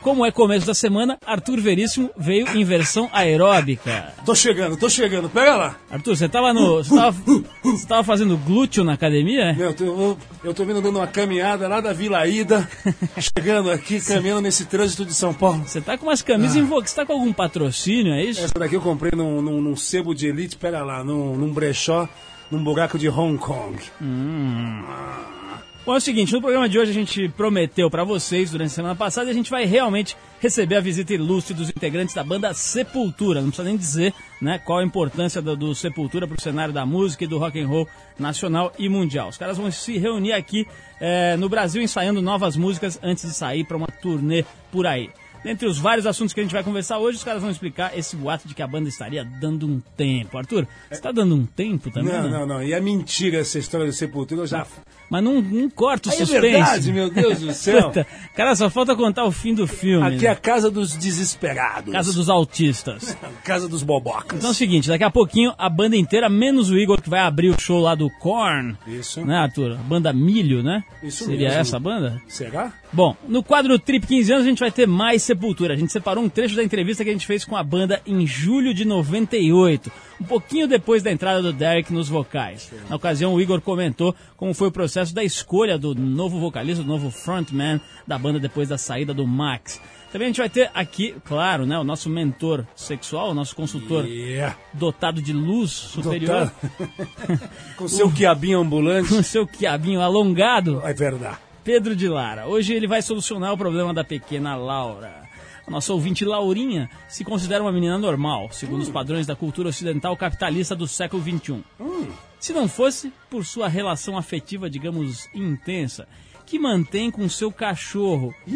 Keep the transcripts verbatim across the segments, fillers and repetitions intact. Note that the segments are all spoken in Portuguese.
como é começo da semana, Arthur Veríssimo veio em versão aeróbica. Tô chegando, tô chegando, pega lá. Arthur, você tava no. Você tava, você tava fazendo glúteo na academia, né? Meu, eu, tô, eu tô vindo dando uma caminhada lá da Vila Ida, chegando aqui, caminhando nesse trânsito de São Paulo. Você tá com umas camisas ah. em voga, você tá com algum patrocínio, é isso? Essa daqui eu comprei num, num, num sebo de elite, pega lá, num, num brechó, num buraco de Hong Kong. Hum. Bom, é o seguinte, no programa de hoje a gente prometeu pra vocês, durante a semana passada, e a gente vai realmente receber a visita ilustre dos integrantes da banda Sepultura. Não precisa nem dizer, né, qual a importância do, do Sepultura pro cenário da música e do rock and roll nacional e mundial. Os caras vão se reunir aqui é, no Brasil ensaiando novas músicas antes de sair pra uma turnê por aí. Dentre os vários assuntos que a gente vai conversar hoje, os caras vão explicar esse boato de que a banda estaria dando um tempo. Arthur, você tá dando um tempo também? Não, né? não, não. E é mentira essa história do Sepultura, eu já... Mas não, não corta o Aí suspense. É verdade, meu Deus do céu. Puta, cara, só falta contar o fim do filme. Aqui né? é a casa dos desesperados. Casa dos autistas. Casa dos bobocas. Então é o seguinte, daqui a pouquinho a banda inteira, menos o Igor, que vai abrir o show lá do Korn. Isso. Né, Arthur? A banda Milho, né? Isso Seria mesmo. essa a banda? Será? Bom, no quadro Trip quinze anos a gente vai ter mais Sepultura. A gente separou um trecho da entrevista que a gente fez com a banda em julho de noventa e oito, um pouquinho depois da entrada do Derek nos vocais. Sim. Na ocasião, o Igor comentou como foi o processo da escolha do novo vocalista, do novo frontman da banda depois da saída do Max. Também a gente vai ter aqui, claro, né, o nosso mentor sexual, o nosso consultor yeah. dotado de luz superior. Com seu quiabinho ambulante. Com seu quiabinho alongado. É verdade. Pedro de Lara. Hoje ele vai solucionar o problema da pequena Laura. A nossa ouvinte Laurinha se considera uma menina normal, segundo hum. os padrões da cultura ocidental capitalista do século vinte e um. Hum. Se não fosse por sua relação afetiva, digamos, intensa, que mantém com seu cachorro, Ih!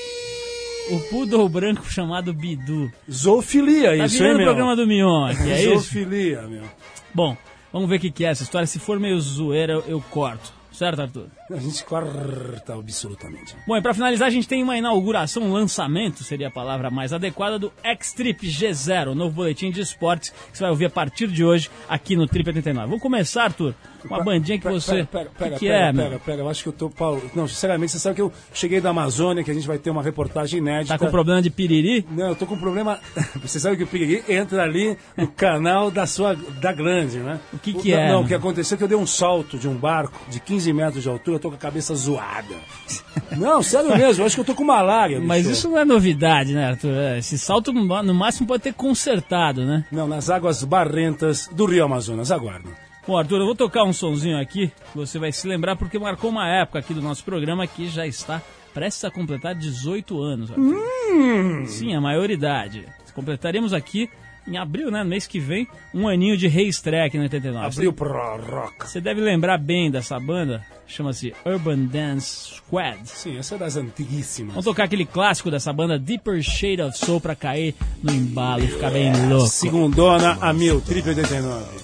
o poodle branco chamado Bidu. Zoofilia, tá isso, hein, meu? Tá meu? o programa do Mion, aqui, é Zoofilia, isso? meu. Bom, vamos ver o que, que é essa história. Se for meio zoeira, eu, eu corto. Certo, Arthur? A gente corta absolutamente. Bom, e pra finalizar, a gente tem uma inauguração, um lançamento, seria a palavra mais adequada, do X-Trip G zero, o novo boletim de esportes que você vai ouvir a partir de hoje aqui no Trip oitenta e nove. Vamos começar, Arthur, com uma bandinha que você... Pera, pera, que, que pera, é, pera, meu? pera, eu acho que eu tô... Paulo... Não, sinceramente, você sabe que eu cheguei da Amazônia, que a gente vai ter uma reportagem inédita. Tá com problema de piriri? Não, eu tô com problema... Você sabe que o piriri entra ali no canal da sua... da glande, né? O que que o, é? Não, né? o que aconteceu é que eu dei um salto de um barco de quinze metros de altura, eu tô com a cabeça zoada. Não, sério mesmo, eu acho que eu tô com malária. Bicho. Mas isso não é novidade, né, Arthur? Esse salto no máximo pode ter consertado, né? Não, nas águas barrentas do Rio Amazonas, aguardem. Bom, Arthur, eu vou tocar um sonzinho aqui, que você vai se lembrar, porque marcou uma época aqui do nosso programa que já está prestes a completar dezoito anos, Arthur. Hum. Sim, a maioridade. Completaremos aqui, em abril, né, no mês que vem, um aninho de reestreia aqui no oitenta e nove. Abril pro rock. Você deve lembrar bem dessa banda, chama-se Urban Dance Squad. Sim, essa é das antiguíssimas. Vamos tocar aquele clássico dessa banda, Deeper Shade of Soul, pra cair no embalo e ficar bem louco. Segundona a mil, Trip oitenta e nove.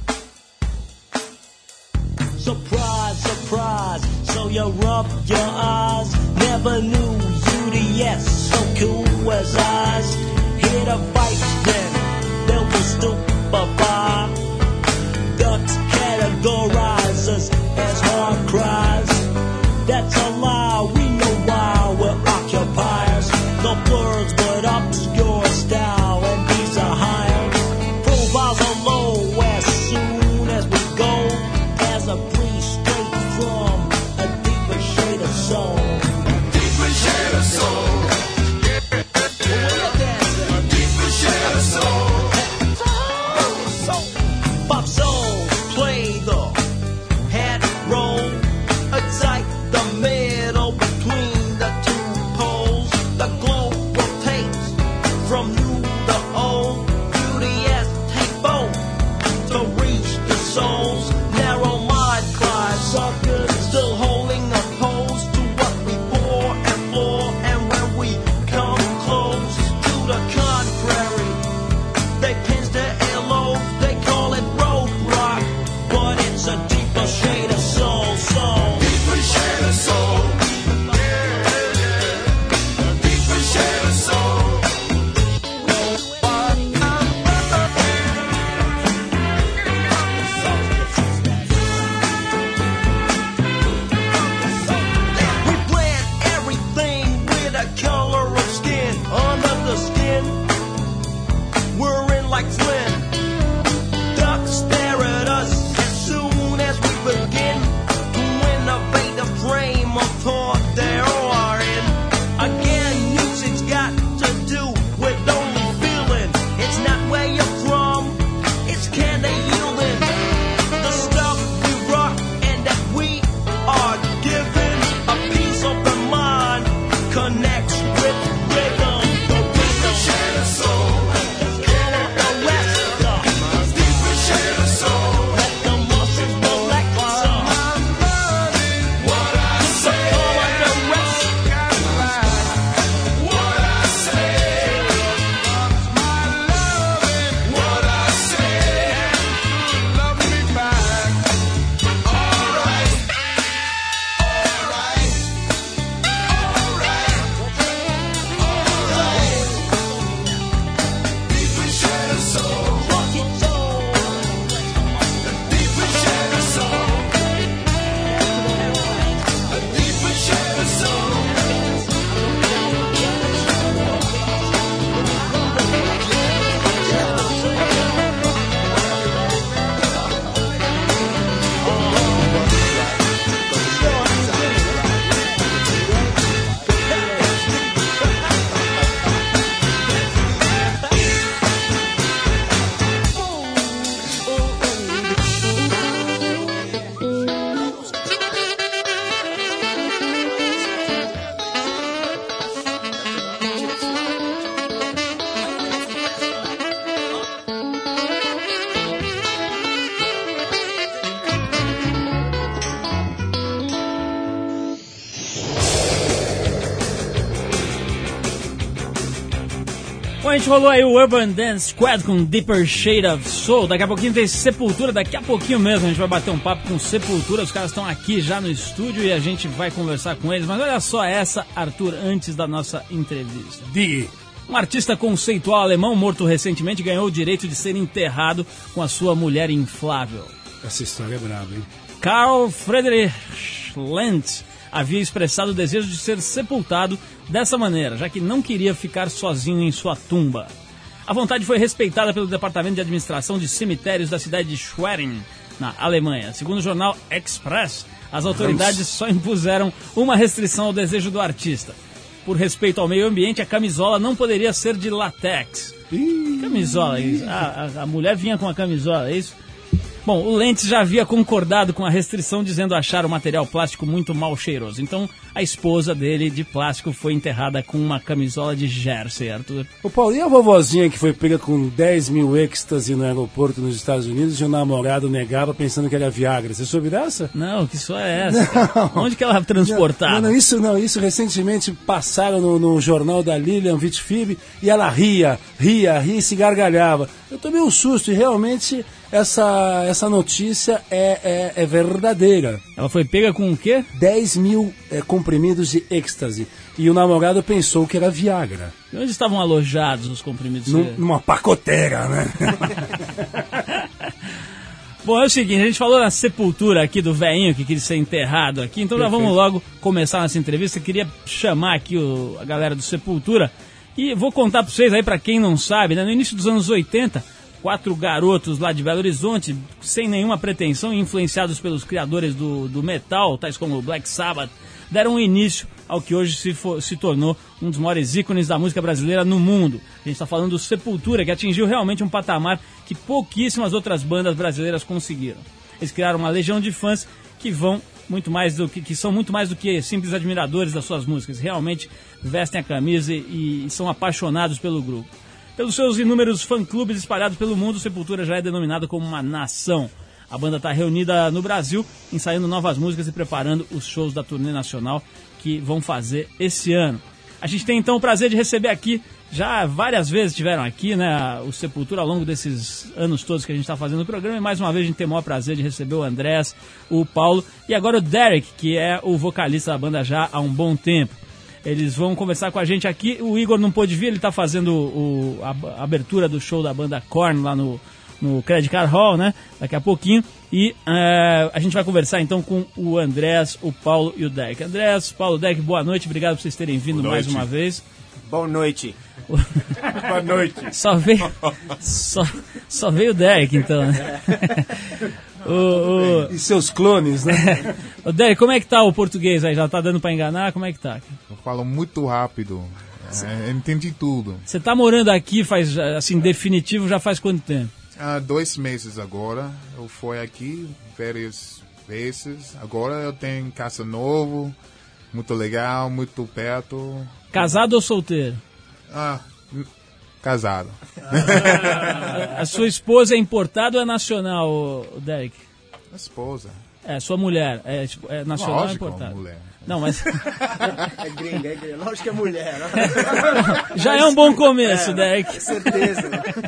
Surprise, surprise, so you rub your eyes. Never knew you the yes, so cool as eyes. Hit a vice then, they'll be stupefy. Ducks categorize us as hard cries. That's a lie, we know why we're occupiers. The blurs but obscure style and these are higher. Profiles are low as soon as we go. As a priest straight from a deeper shade of soul. A deeper shade of soul. Pop soul, play the head roll. Excite the middle between the two poles. The globe rotates Bom, a gente rolou aí o Urban Dance Squad com Deeper Shade of Soul. Daqui a pouquinho tem Sepultura, daqui a pouquinho mesmo a gente vai bater um papo com Sepultura. Os caras estão aqui já no estúdio e a gente vai conversar com eles. Mas olha só essa, Arthur, antes da nossa entrevista. Di. Um artista conceitual alemão morto recentemente ganhou o direito de ser enterrado com a sua mulher inflável. Essa história é braba, hein? Karl Friedrich Lenz havia expressado o desejo de ser sepultado dessa maneira, já que não queria ficar sozinho em sua tumba. A vontade foi respeitada pelo Departamento de Administração de Cemitérios da cidade de Schwerin, na Alemanha. Segundo o jornal Express, as autoridades só impuseram uma restrição ao desejo do artista. Por respeito ao meio ambiente, a camisola não poderia ser de látex. Camisola, isso. A, a, a mulher vinha com a camisola, é isso? Bom, o Lentz já havia concordado com a restrição, dizendo achar o material plástico muito mal cheiroso. Então, a esposa dele, de plástico, foi enterrada com uma camisola de jersey, Arthur. Ô Paulo, e a vovozinha que foi pega com dez mil êxtase no aeroporto nos Estados Unidos e o namorado negava pensando que era Viagra? Você soube dessa? Não, que só é essa? Não. Onde que ela transportava? Não, não, isso não, isso recentemente passaram no, no jornal da Lilian Vitfib e ela ria, ria, ria e se gargalhava. Eu tomei um susto e realmente essa, essa notícia é, é, é verdadeira. Ela foi pega com o quê? dez mil é, comprimidos de êxtase. E o namorado pensou que era Viagra. E onde estavam alojados os comprimidos? Num, numa pacoteira, né? Bom, é o seguinte, a gente falou na sepultura aqui do velhinho que queria ser enterrado aqui, então Perfeito. Já vamos logo começar nossa entrevista. Eu queria chamar aqui o, a galera do Sepultura e vou contar para vocês aí, para quem não sabe, né, no início dos anos oitenta, quatro garotos lá de Belo Horizonte, sem nenhuma pretensão, influenciados pelos criadores do, do metal, tais como o Black Sabbath, deram início ao que hoje se, for, se tornou um dos maiores ícones da música brasileira no mundo. A gente está falando do Sepultura, que atingiu realmente um patamar que pouquíssimas outras bandas brasileiras conseguiram. Eles criaram uma legião de fãs que vão muito mais do que, que são muito mais do que simples admiradores das suas músicas. Realmente vestem a camisa e, e são apaixonados pelo grupo. Pelos seus inúmeros fã-clubes espalhados pelo mundo, Sepultura já é denominada como uma nação. A banda está reunida no Brasil, ensaiando novas músicas e preparando os shows da turnê nacional que vão fazer esse ano. A gente tem então o prazer de receber aqui, já várias vezes tiveram aqui, né, o Sepultura ao longo desses anos todos que a gente está fazendo o programa, e mais uma vez a gente tem o maior prazer de receber o Andrés, o Paulo e agora o Derek, que é o vocalista da banda já há um bom tempo. Eles vão conversar com a gente aqui. O Igor não pôde vir, ele está fazendo o, a abertura do show da banda Korn lá no, no Credit Card Hall, né? Daqui a pouquinho. E uh, a gente vai conversar então com o Andrés, o Paulo e o Derek. Andrés, Paulo, Derek, boa noite. Obrigado por vocês terem vindo mais uma vez. Boa noite. Boa noite. Só veio, só, só veio o Derek, então, né? O, o... E seus clones, né? O Derek, como é que tá o português aí? Já tá dando pra enganar? Como é que tá? Eu falo muito rápido. É, eu entendi tudo. Você tá morando aqui faz, assim, definitivo, já faz quanto tempo? Há dois meses agora. Eu fui aqui várias vezes. Agora eu tenho casa novo, muito legal, muito perto. Casado ou solteiro? Ah, casado. A, a sua esposa é importada ou é nacional, o Derek? Esposa. É, sua mulher. É, tipo, é nacional Lógico, ou importada? Mulher. Não, mas... É gringa, é gringa. Lógico que é mulher. Né? Já é um bom começo, é, Derek. Com certeza.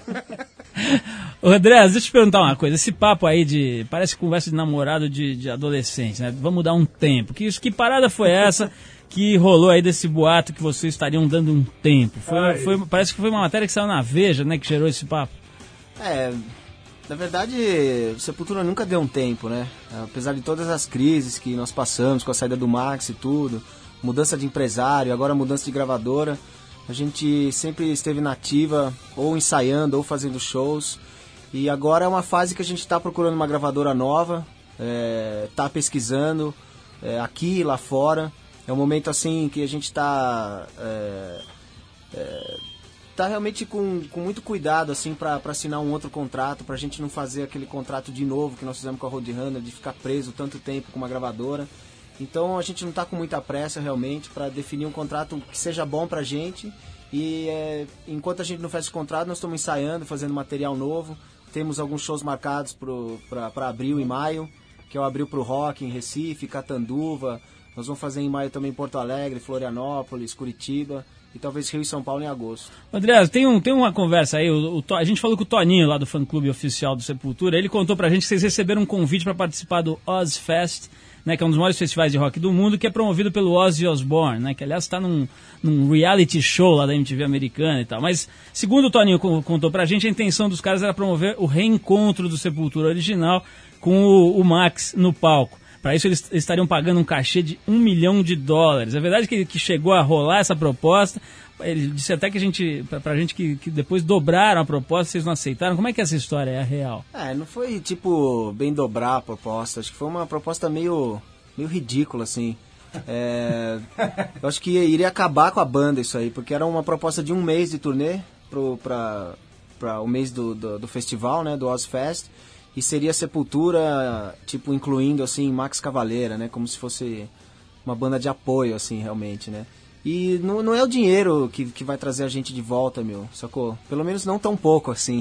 Ô, André, deixa eu te perguntar uma coisa. Esse papo aí de... Parece conversa de namorado de, de adolescente, né? Vamos dar um tempo. Que, que parada foi essa que rolou aí desse boato que vocês estariam dando um tempo? Foi, foi, parece que foi uma matéria que saiu na Veja, né? Que gerou esse papo. É... Na verdade, o Sepultura nunca deu um tempo, né? Apesar de todas as crises que nós passamos com a saída do Max e tudo, mudança de empresário, agora mudança de gravadora, a gente sempre esteve na ativa, ou ensaiando, ou fazendo shows. E agora é uma fase que a gente está procurando uma gravadora nova, está é, pesquisando é, aqui e lá fora. É um momento assim que a gente está... É, é, tá realmente com, com muito cuidado assim para assinar um outro contrato, pra gente não fazer aquele contrato de novo que nós fizemos com a Roadrunner, de ficar preso tanto tempo com uma gravadora. Então a gente não tá com muita pressa realmente para definir um contrato que seja bom pra gente. E é, enquanto a gente não faz esse contrato, nós estamos ensaiando, fazendo material novo. Temos alguns shows marcados para abril e maio, que é o Abril pro Rock em Recife, Catanduva. Nós vamos fazer em maio também Porto Alegre, Florianópolis, Curitiba. e talvez Rio e São Paulo em agosto. André, tem, um, tem uma conversa aí, o, o, a gente falou com o Toninho lá do fã-clube oficial do Sepultura, ele contou pra gente que vocês receberam um convite para participar do Ozzfest, né, que é um dos maiores festivais de rock do mundo, que é promovido pelo Ozzy Osbourne, né, que aliás está num, num reality show lá da M T V americana e tal. Mas, segundo o Toninho contou pra gente, a intenção dos caras era promover o reencontro do Sepultura original com o, o Max no palco. Para isso eles estariam pagando um cachê de um milhão de dólares. É verdade que, que chegou a rolar essa proposta. Ele disse até que a gente, pra, pra gente que, que depois dobraram a proposta, vocês não aceitaram. Como é que é essa história é real? É, não foi tipo bem dobrar a proposta. Acho que foi uma proposta meio, meio ridícula, assim. É, eu acho que iria acabar com a banda isso aí, porque era uma proposta de um mês de turnê pro, pra, pra o mês do, do, do festival, né, do Ozzfest. E seria Sepultura, tipo, incluindo, assim, Max Cavalera, né? Como se fosse uma banda de apoio, assim, realmente, né? E não, não é o dinheiro que, que vai trazer a gente de volta, meu, sacou? Pelo menos não tão pouco, assim.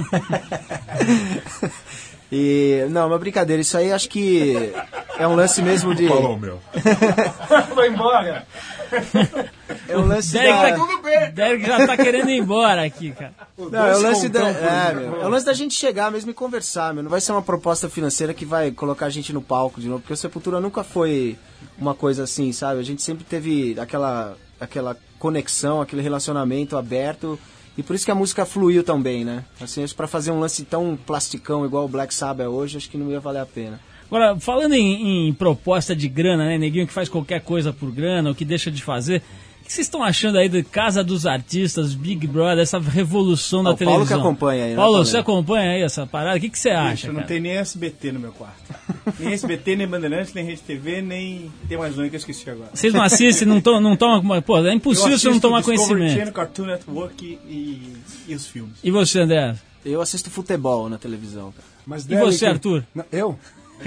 E, não, uma brincadeira, isso aí acho que é um lance mesmo de... Falou, meu. Vai embora. É um lance Derek, da... tá, Derek já tá querendo ir embora aqui, cara. Não, é o lance da, é, meu, é o lance da gente chegar mesmo e conversar, meu. Não vai ser uma proposta financeira que vai colocar a gente no palco de novo, porque o Sepultura nunca foi uma coisa assim, sabe? A gente sempre teve aquela, aquela conexão, aquele relacionamento aberto, e por isso que a música fluiu tão bem, né? Assim, pra fazer um lance tão plasticão igual o Black Sabbath é hoje, acho que não ia valer a pena. Agora, falando em, em proposta de grana, né, neguinho que faz qualquer coisa por grana, ou que deixa de fazer, o que vocês estão achando aí da Casa dos Artistas, Big Brother, essa revolução da ah, o televisão? Paulo que acompanha aí, né? Paulo, você acompanha aí essa parada? O que, que você acha, Bicho, não cara? tem nem S B T no meu quarto. Nem S B T, nem Bandeirantes, nem Rede T V, nem... Tem mais um que eu esqueci agora. Vocês não assistem, não, to, não tomam... Pô, é impossível você não tomar conhecimento. Channel, Cartoon Network e, e os filmes. E você, André? Eu assisto futebol na televisão, cara. Mas E Derek- você, Arthur? Não, eu?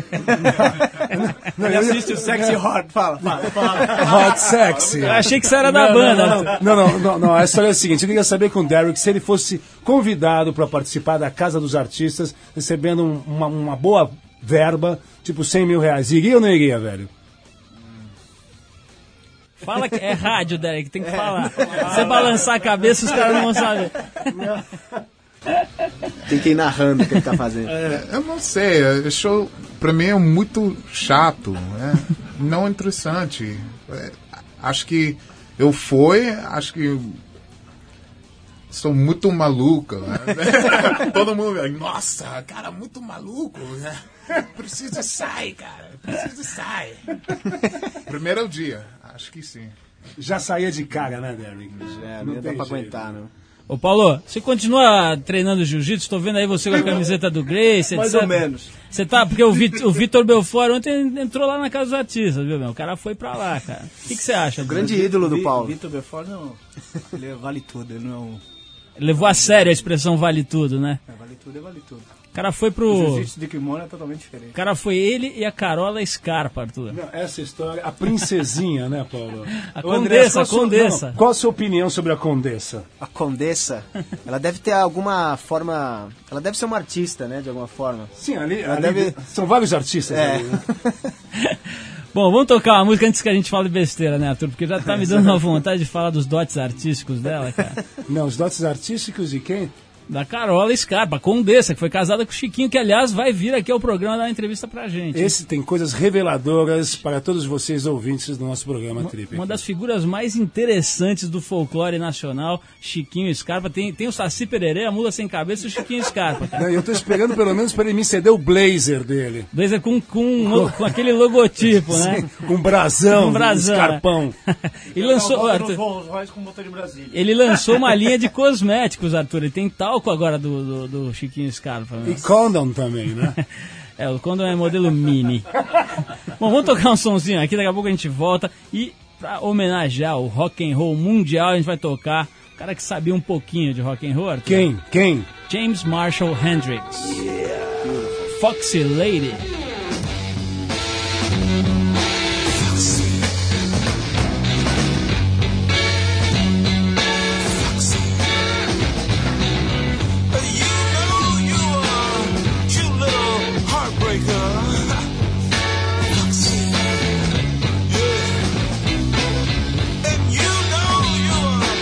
Ele assiste o Sexy Hot. Fala, fala, fala. Hot Sexy. Eu achei que você era da Não, banda. Não, não, não, não, não, não, a história é a seguinte: eu queria saber com o Derek se ele fosse convidado para participar da Casa dos Artistas, recebendo um- uma, uma boa verba, tipo cem mil reais. Iria ou não iria, velho? Fala que é rádio, Derek, tem que falar. Se você balançar a cabeça, os caras não vão saber. Tem que ir narrando o que ele tá fazendo. É, eu não sei, o show pra mim é muito chato, né? Não interessante. É, acho que eu fui, acho que sou muito maluco, né? Todo mundo, nossa, cara, muito maluco, né? Precisa sair, cara, precisa sair. Primeiro dia, acho que sim. Já saía de cara, né, Derek? É, não, ia dar pra aguentar, não. Ô, Paulo, você continua treinando jiu-jitsu? Estou vendo aí você com a camiseta do Grace, Mais etcétera. ou menos. Você tá, porque o, Vit, o Vitor Belfort ontem entrou lá na Casa dos Artistas, viu, meu? O cara foi pra lá, cara. O que, que você acha? Grande ídolo do Vi- Paulo. Vitor Belfort não. Ele é vale tudo, ele não é um. Levou a sério a expressão vale tudo, né? É, vale tudo, é vale tudo. O cara foi O pro... jiu-jitsu de kimono é totalmente O diferente. cara foi ele e a Carola Scarpa, Arthur. Não, essa história, a princesinha, né, Paulo? A Ô, André, Condessa, qual a sua- Condessa. não, qual a sua opinião sobre a Condessa? A Condessa, ela deve ter alguma forma... Ela deve ser uma artista, né, de alguma forma. Sim, ali, Ela ali deve- são vários artistas É. ali, né? Bom, vamos tocar uma música antes que a gente fale besteira, né, Arthur? Porque já tá me dando uma vontade de falar dos dotes artísticos dela, cara. Não, os dotes artísticos de quem? Da Carola Scarpa, a Condessa, que foi casada com o Chiquinho, que aliás vai vir aqui ao programa dar uma entrevista pra gente. Esse tem coisas reveladoras para todos vocês ouvintes do nosso programa Trip. Uma das figuras mais interessantes do folclore nacional, Chiquinho Scarpa. Tem, tem o Saci Pererê, a mula sem cabeça e o Chiquinho Scarpa. Cara. Não, eu tô esperando pelo menos para ele me ceder o blazer dele. Blazer com, com, com aquele logotipo, né? Com um brasão, Um brasão, escarpão. E lançou, Arthur, Rolls Royce com motor de Brasília. ele lançou uma linha de cosméticos, Arthur. Ele tem talco agora do, do, do Chiquinho Scarpa. Né? E condom também, né? É, o condom é modelo mini. Bom, vamos tocar um sonzinho aqui, daqui a pouco a gente volta. E pra homenagear o rock and roll mundial, a gente vai tocar o cara que sabia um pouquinho de rock and roll, Arthur. Quem? Quem? James Marshall Hendrix. Foxy Lady. And you know you are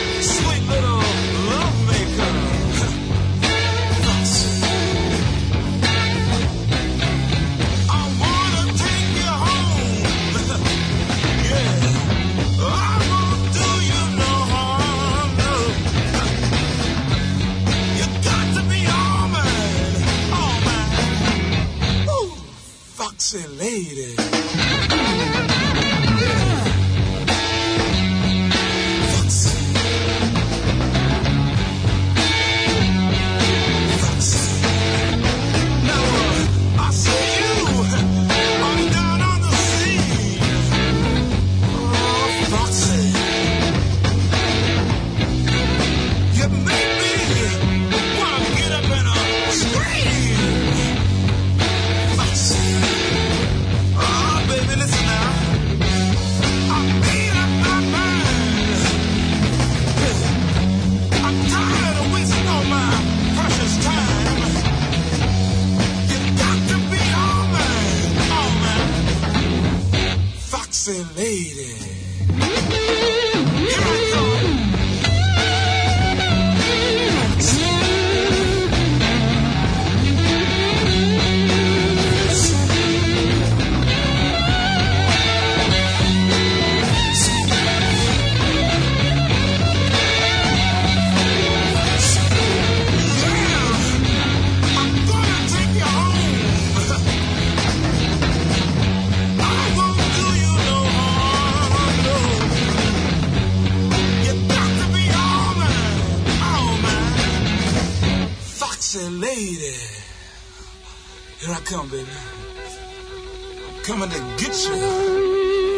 Foxy lady, here I come, baby. I'm coming to get you.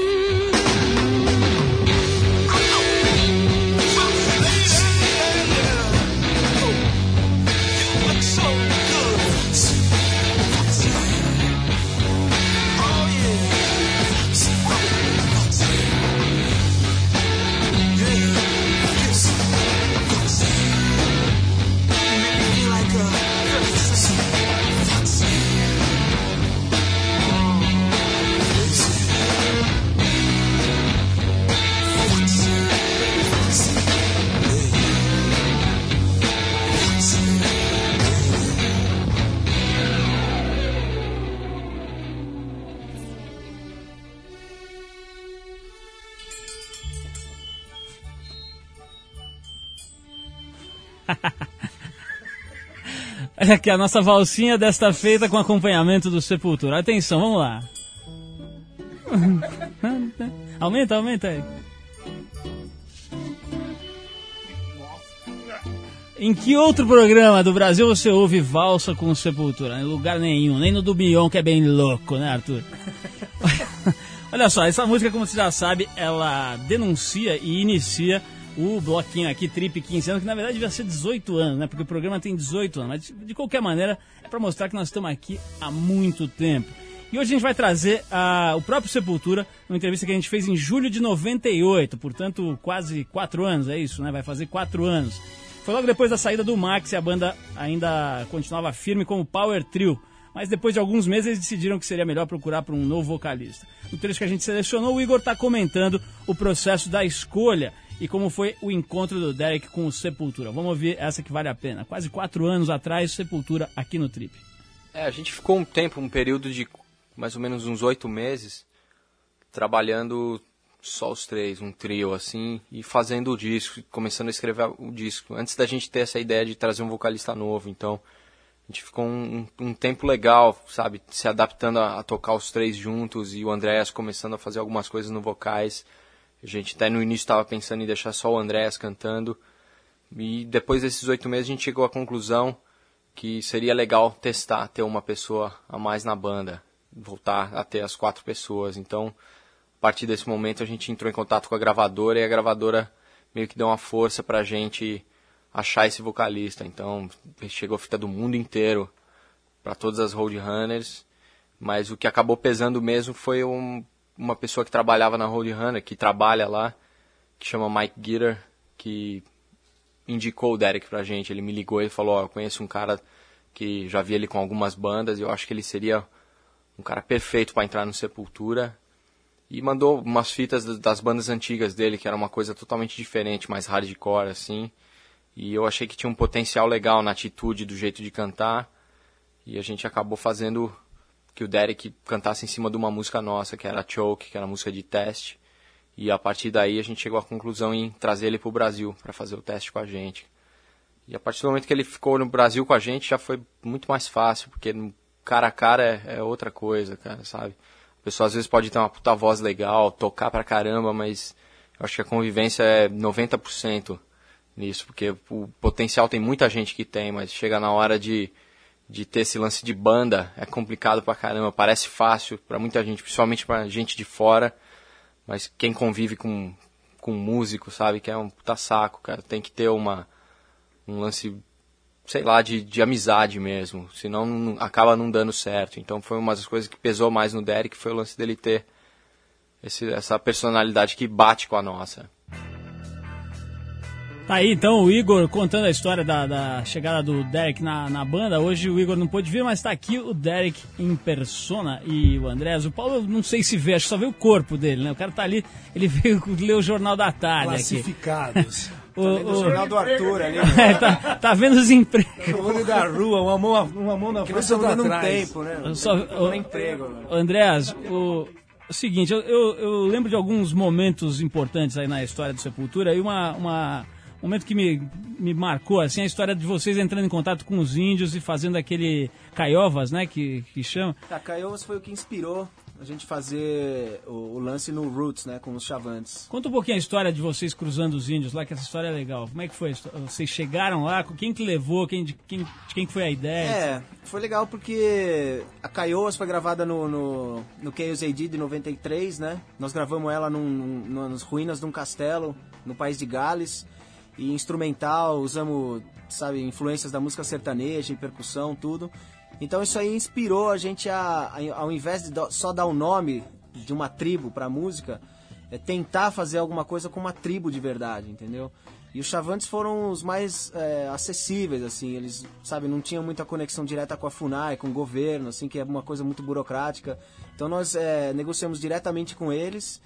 Olha aqui a nossa valsinha desta feita com acompanhamento do Sepultura. Atenção, vamos lá. Aumenta, aumenta aí. Em que outro programa do Brasil você ouve valsa com Sepultura? Em lugar nenhum, nem no do Bion, que é bem louco, né, Arthur? Olha só, essa música, como você já sabe, ela denuncia e inicia o bloquinho aqui, Trip quinze anos, que na verdade devia ser dezoito anos, né? Porque o programa tem dezoito anos, mas de qualquer maneira é para mostrar que nós estamos aqui há muito tempo. E hoje a gente vai trazer uh, o próprio Sepultura, uma entrevista que a gente fez em julho de noventa e oito, portanto quase quatro anos, é isso, né? Vai fazer quatro anos. Foi logo depois da saída do Max e a banda ainda continuava firme como Power Trio, mas depois de alguns meses eles decidiram que seria melhor procurar por um novo vocalista. No trecho que a gente selecionou, o Igor está comentando o processo da escolha e como foi o encontro do Derek com o Sepultura. Vamos ouvir essa que vale a pena. Quase quatro anos atrás, Sepultura aqui no Trip. É, a gente ficou um tempo, um período de mais ou menos uns oito meses, trabalhando só os três, um trio assim, e fazendo o disco, começando a escrever o disco, antes da gente ter essa ideia de trazer um vocalista novo. Então, a gente ficou um, um tempo legal, sabe, se adaptando a, a tocar os três juntos, e o Andreas começando a fazer algumas coisas no vocais. A gente até no início estava pensando em deixar só o Andreas cantando. E depois desses oito meses a gente chegou à conclusão que seria legal testar, ter uma pessoa a mais na banda. Voltar a ter as quatro pessoas. Então, a partir desse momento a gente entrou em contato com a gravadora e a gravadora meio que deu uma força pra gente achar esse vocalista. Então, chegou a fita do mundo inteiro para todas as Roadrunners. Mas o que acabou pesando mesmo foi um... uma pessoa que trabalhava na Roadrunner, que trabalha lá, que chama Mike Gitter, que indicou o Derek pra gente. Ele me ligou e falou, ó, eu conheço um cara que já vi ele com algumas bandas e eu acho que ele seria um cara perfeito para entrar no Sepultura. E mandou umas fitas das bandas antigas dele, que era uma coisa totalmente diferente, mais hardcore, assim. E eu achei que tinha um potencial legal na atitude, do jeito de cantar. E a gente acabou fazendo que o Derek cantasse em cima de uma música nossa, que era Choke, que era a música de teste. E a partir daí a gente chegou à conclusão em trazer ele para o Brasil, para fazer o teste com a gente. E a partir do momento que ele ficou no Brasil com a gente, já foi muito mais fácil, porque cara a cara é, é outra coisa, cara, sabe? A pessoa às vezes pode ter uma puta voz legal, tocar pra caramba, mas eu acho que a convivência é noventa por cento nisso, porque o potencial tem muita gente que tem, mas chega na hora de... de ter esse lance de banda, é complicado pra caramba, parece fácil pra muita gente, principalmente pra gente de fora, mas quem convive com, com músico, sabe, que é um puta saco, cara, tem que ter uma, um lance, sei lá, de, de amizade mesmo, senão não, acaba não dando certo. Então foi uma das coisas que pesou mais no Derek, foi o lance dele ter esse, essa personalidade que bate com a nossa. Tá aí então o Igor contando a história da, da chegada do Derek na, na banda. Hoje o Igor não pôde vir, mas tá aqui o Derek em persona e o Andrés. O Paulo, não sei se vê, acho que só vê o corpo dele, né? O cara tá ali, ele veio ler o Jornal da Tarde. Classificados. Aqui. O, tá o Jornal do Arthur ali. É, tá, tá vendo os empregos. No olho da rua, uma mão, uma mão na Que frente você e outra tá dando um atrás. tempo, né? Só, o, emprego. Né? Andrés, o, o seguinte, eu, eu, eu lembro de alguns momentos importantes aí na história do Sepultura e uma... uma um momento que me, me marcou, assim, a história de vocês entrando em contato com os índios e fazendo aquele Caiovas, né, que, que chama. Tá, Caiovas foi o que inspirou a gente fazer o, o lance no Roots, né, com os Chavantes. Conta um pouquinho a história de vocês cruzando os índios lá, que essa história é legal. Como é que foi? Vocês chegaram lá, quem que levou, quem, de, quem, de quem que foi a ideia? É, foi legal porque a Caioas foi gravada no, no, no Chaos A D de noventa e três, né? Nós gravamos ela num, num, nas ruínas de um castelo no país de Gales. E instrumental, usamos, sabe, influências da música sertaneja, em percussão, tudo. Então isso aí inspirou a gente a, a ao invés de só dar o nome de uma tribo pra música, é tentar fazer alguma coisa com uma tribo de verdade, entendeu? E os Chavantes foram os mais é, acessíveis, assim, eles, sabe, não tinham muita conexão direta com a FUNAI, com o governo, assim, que é uma coisa muito burocrática. Então nós é, negociamos diretamente com eles.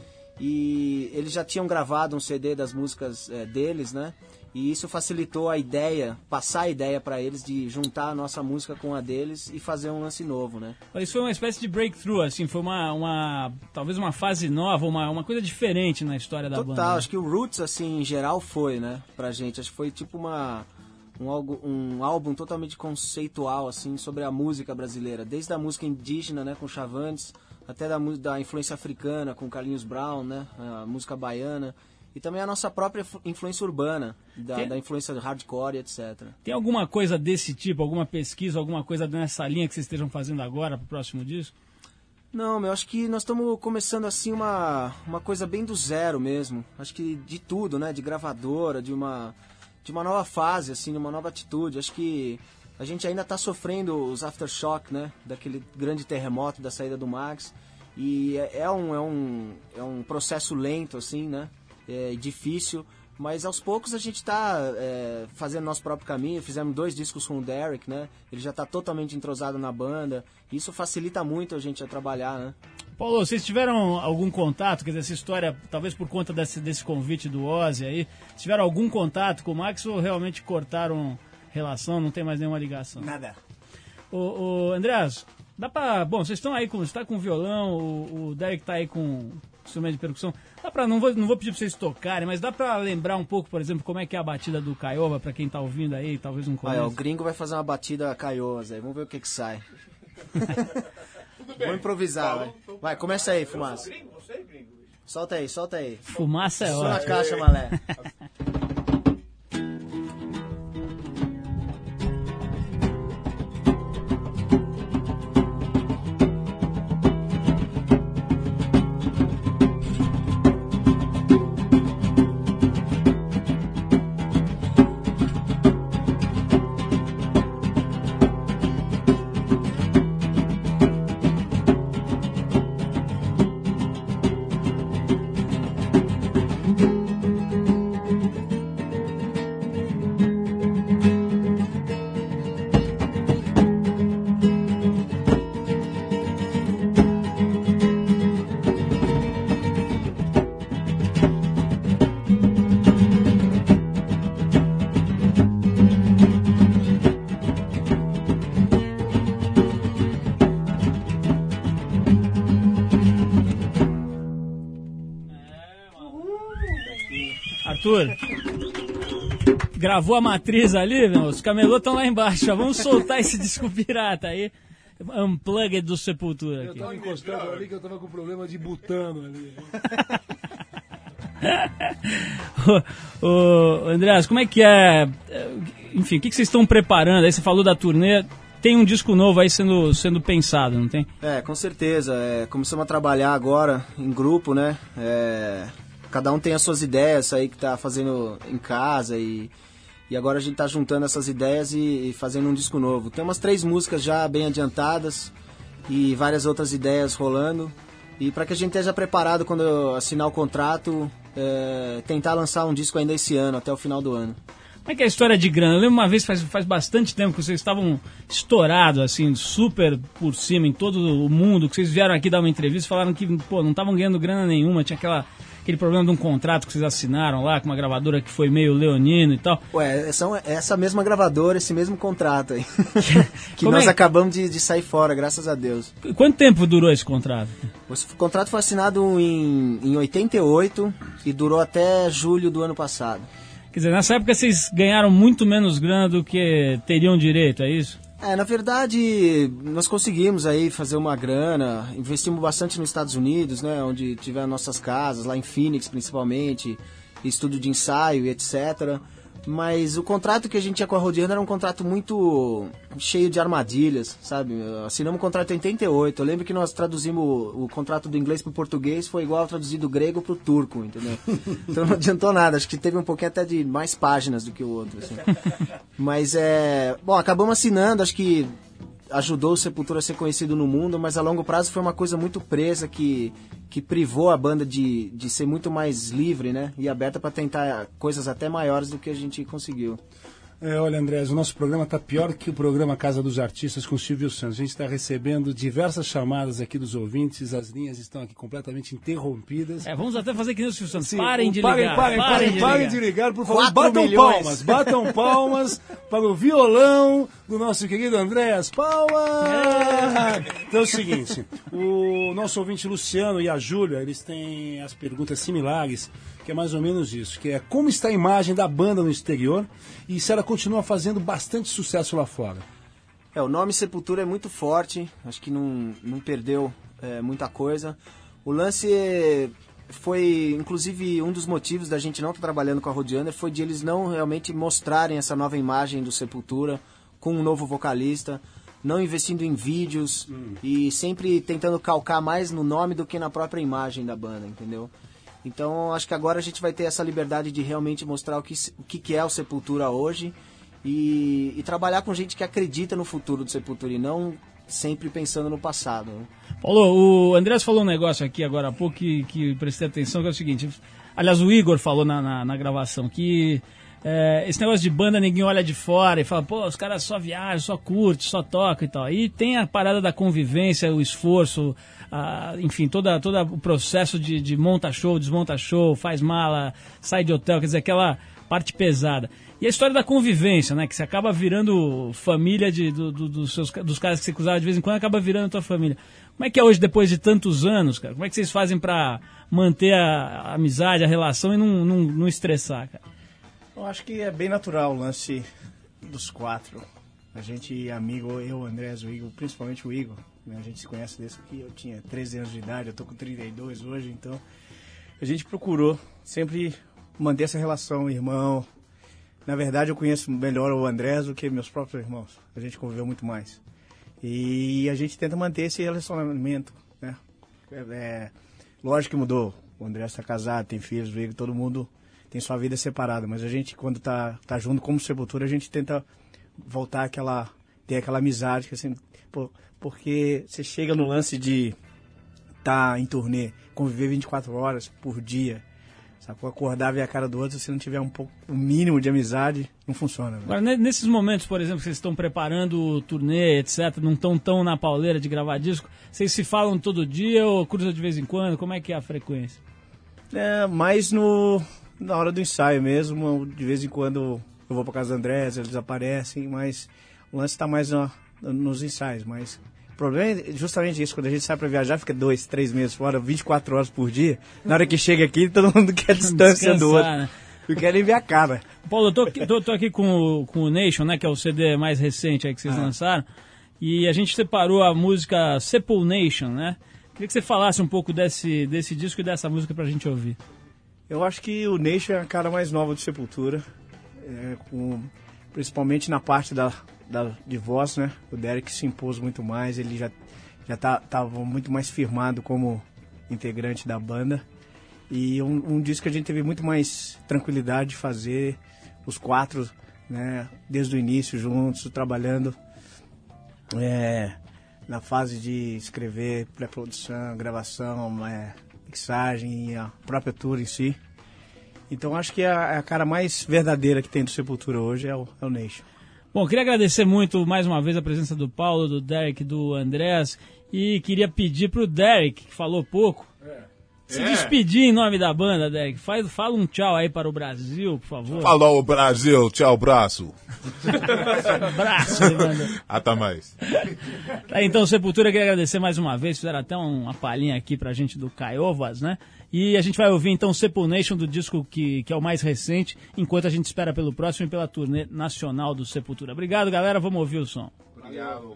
E eles já tinham gravado um C D das músicas é, deles, né? E isso facilitou a ideia, passar a ideia para eles de juntar a nossa música com a deles e fazer um lance novo, né? Isso foi uma espécie de breakthrough, assim, foi uma, uma talvez uma fase nova, uma, uma coisa diferente na história da Total, banda. Total, acho que o Roots, assim, em geral foi, né? Pra gente, acho que foi tipo uma... Um, algo, um álbum totalmente conceitual, assim, sobre a música brasileira. Desde a música indígena, né, com Chavantes, até da, da influência africana, com Carlinhos Brown, né, a música baiana. E também a nossa própria influência urbana, da, Tem... da influência hardcore, etcétera. Tem alguma coisa desse tipo, alguma pesquisa, alguma coisa nessa linha que vocês estejam fazendo agora pro próximo disco? Não, meu, acho que nós estamos começando, assim, uma, uma coisa bem do zero mesmo. Acho que de tudo, né, de gravadora, de uma... de uma nova fase, assim, de uma nova atitude. Acho que a gente ainda está sofrendo os aftershock, né, daquele grande terremoto da saída do Max. E é, é, um, é, um, é um processo lento, assim, né, é difícil, mas aos poucos a gente está é, fazendo nosso próprio caminho. Fizemos dois discos com o Derek, né, ele já está totalmente entrosado na banda. Isso facilita muito a gente a trabalhar, né. Paulo, vocês tiveram algum contato, quer dizer, essa história, talvez por conta desse, desse convite do Ozzy aí, tiveram algum contato com o Max ou realmente cortaram relação, não tem mais nenhuma ligação? Nada. Ô, ô Andreas, dá pra... Bom, vocês estão aí com... Você tá com violão, o, o Derek tá aí com instrumento de percussão. Dá pra... Não vou, não vou pedir pra vocês tocarem, mas dá pra lembrar um pouco, por exemplo, como é que é a batida do Caioba, pra quem tá ouvindo aí, talvez não conheça. Ah, é, o gringo vai fazer uma batida Caioas aí, vamos ver o que que sai. Vou improvisar, vai. Vai, começa aí, Fumaça. Solta aí, solta aí. Fumaça é Só na ótimo. caixa, malé. Arthur, gravou a matriz ali, meu? Os camelô estão lá embaixo. Já vamos soltar esse disco pirata aí. Unplugged do Sepultura aqui. Eu tava encostando ali que eu tava com problema de butano ali. ô, ô, Andreas, como é que é? Enfim, o que, que vocês estão preparando? Aí você falou da turnê. Tem um disco novo aí sendo, sendo pensado, não tem? É, com certeza. É, começamos a trabalhar agora em grupo, né? É, cada um tem as suas ideias aí que tá fazendo em casa e, e agora a gente tá juntando essas ideias e, e fazendo um disco novo. Tem umas três músicas já bem adiantadas e várias outras ideias rolando. E para que a gente esteja preparado quando eu assinar o contrato, é, tentar lançar um disco ainda esse ano, até o final do ano. Como é que é a história de grana? Eu lembro uma vez, faz, faz bastante tempo, que vocês estavam estourados, assim, super por cima em todo o mundo, que vocês vieram aqui dar uma entrevista e falaram que, pô, não estavam ganhando grana nenhuma, tinha aquela, aquele problema de um contrato que vocês assinaram lá com uma gravadora que foi meio leonino e tal. Ué, são essa mesma gravadora, esse mesmo contrato aí, que Como nós é? acabamos de, de sair fora, graças a Deus. Quanto tempo durou esse contrato? O contrato foi assinado em, em oitenta e oito e durou até julho do ano passado. Quer dizer, nessa época vocês ganharam muito menos grana do que teriam direito, é isso? É, na verdade, nós conseguimos aí fazer uma grana, investimos bastante nos Estados Unidos, né, onde tiveram nossas casas, lá em Phoenix principalmente, estúdio de ensaio e etcétera. Mas o contrato que a gente tinha com a Roadiano era um contrato muito cheio de armadilhas, sabe? Assinamos o contrato em oitenta e oito. Eu lembro que nós traduzimos o, o contrato do inglês para o português, foi igual traduzir do grego para o turco, entendeu? Então não adiantou nada. Acho que teve um pouquinho até de mais páginas do que o outro. Assim. Mas é... Bom, acabamos assinando, acho que ajudou o Sepultura a ser conhecido no mundo, mas a longo prazo foi uma coisa muito presa que, que privou a banda de, de ser muito mais livre, né? E aberta para tentar coisas até maiores do que a gente conseguiu. É, olha, Andrés, o nosso programa está pior que o programa Casa dos Artistas com o Silvio Santos. A gente está recebendo diversas chamadas aqui dos ouvintes, as linhas estão aqui completamente interrompidas. É, vamos até fazer que nem o Silvio Santos. Sim, parem de parem, ligar. Parem, parem, parem, parem de ligar, por favor. Batam milhões. palmas, batam palmas para o violão do nosso querido Andrés. Palmas! É. Então é o seguinte, o nosso ouvinte Luciano e a Júlia, eles têm as perguntas similares, que é mais ou menos isso, que é como está a imagem da banda no exterior e se ela continua fazendo bastante sucesso lá fora. É, o nome Sepultura é muito forte, acho que não, não perdeu é, muita coisa. O lance foi, inclusive, um dos motivos da gente não estar trabalhando com a Roadiano foi de eles não realmente mostrarem essa nova imagem do Sepultura com um novo vocalista, não investindo em vídeos hum. e sempre tentando calcar mais no nome do que na própria imagem da banda, entendeu? Então, acho que agora a gente vai ter essa liberdade de realmente mostrar o que, o que é o Sepultura hoje e, e trabalhar com gente que acredita no futuro do Sepultura e não sempre pensando no passado. Né? Paulo, o Andrés falou um negócio aqui agora há pouco que, que prestei atenção, que é o seguinte, aliás, o Igor falou na, na, na gravação que é, esse negócio de banda, ninguém olha de fora e fala, pô, os caras só viajam, só curtem, só tocam e tal. E tem a parada da convivência, o esforço, a, enfim, todo toda o processo de, de monta show, desmonta show, faz mala, sai de hotel, quer dizer, aquela parte pesada. E a história da convivência, né, que você acaba virando família de, do, do, dos, seus, dos caras que você cruzava de vez em quando, acaba virando tua família. Como é que é hoje, depois de tantos anos, cara? Como é que vocês fazem pra manter a, a amizade, a relação e não, não, não estressar, cara? Eu acho que é bem natural o lance dos quatro. A gente, amigo, eu, o Andrés, o Igor, principalmente o Igor, né? A gente se conhece desde que eu tinha treze anos de idade, eu tô com trinta e dois hoje, então a gente procurou sempre manter essa relação, irmão. Na verdade, eu conheço melhor o Andrés do que meus próprios irmãos. A gente conviveu muito mais. E a gente tenta manter esse relacionamento, né? É, é, lógico que mudou. O Andrés está casado, tem filhos, o Igor, todo mundo tem sua vida separada, mas a gente, quando tá, tá junto como Sepultura, a gente tenta voltar àquela, ter aquela amizade, que assim, pô, porque você chega no lance de estar tá em turnê, conviver vinte e quatro horas por dia, sacou? Acordar, ver a cara do outro, se não tiver um pouco, um mínimo de amizade, não funciona. Né? Agora, nesses momentos, por exemplo, que vocês estão preparando o turnê, etcétera, não estão tão na pauleira de gravar disco, vocês se falam todo dia ou cruzam de vez em quando? Como é que é a frequência? É, mais no... na hora do ensaio mesmo, de vez em quando eu vou para casa do Andrés, eles aparecem, mas o lance está mais no, nos ensaios. Mas o problema é justamente isso, quando a gente sai para viajar, fica dois, três meses fora, vinte e quatro horas por dia, na hora que chega aqui, todo mundo quer distância Descansar, do outro. Né? Eu quero ver a cara. Paulo, eu tô, tô, tô aqui com o, com o Nation, né, que é o C D mais recente aí que vocês ah. lançaram, e a gente separou a música Sepul Nation, né? Queria que você falasse um pouco desse, desse disco e dessa música pra gente ouvir. Eu acho que o Nation é a cara mais nova do Sepultura, é, com, principalmente na parte da, da, de voz, né? O Derek se impôs muito mais, ele já já tá, tava muito mais firmado como integrante da banda. E um, um disco que a gente teve muito mais tranquilidade de fazer, os quatro, né? Desde o início, juntos, trabalhando é, na fase de escrever, pré-produção, gravação, é, mixagem e a própria tour em si. Então acho que a, a cara mais verdadeira que tem do Sepultura hoje é o, é o Nation. Bom, queria agradecer muito mais uma vez a presença do Paulo, do Derek, do Andrés, e queria pedir pro Derek, que falou pouco, é. se é. despedir em nome da banda, Derek. Faz, fala um tchau aí para o Brasil, por favor. Falou, Brasil, tchau, braço. Braço, até mais. Tá, então, Sepultura, queria agradecer mais uma vez, fizeram até uma palhinha aqui pra gente do Caiovas, né? E a gente vai ouvir então Sepul Nation, do disco que, que é o mais recente, enquanto a gente espera pelo próximo e pela turnê nacional do Sepultura. Obrigado, galera, vamos ouvir o som. Obrigado.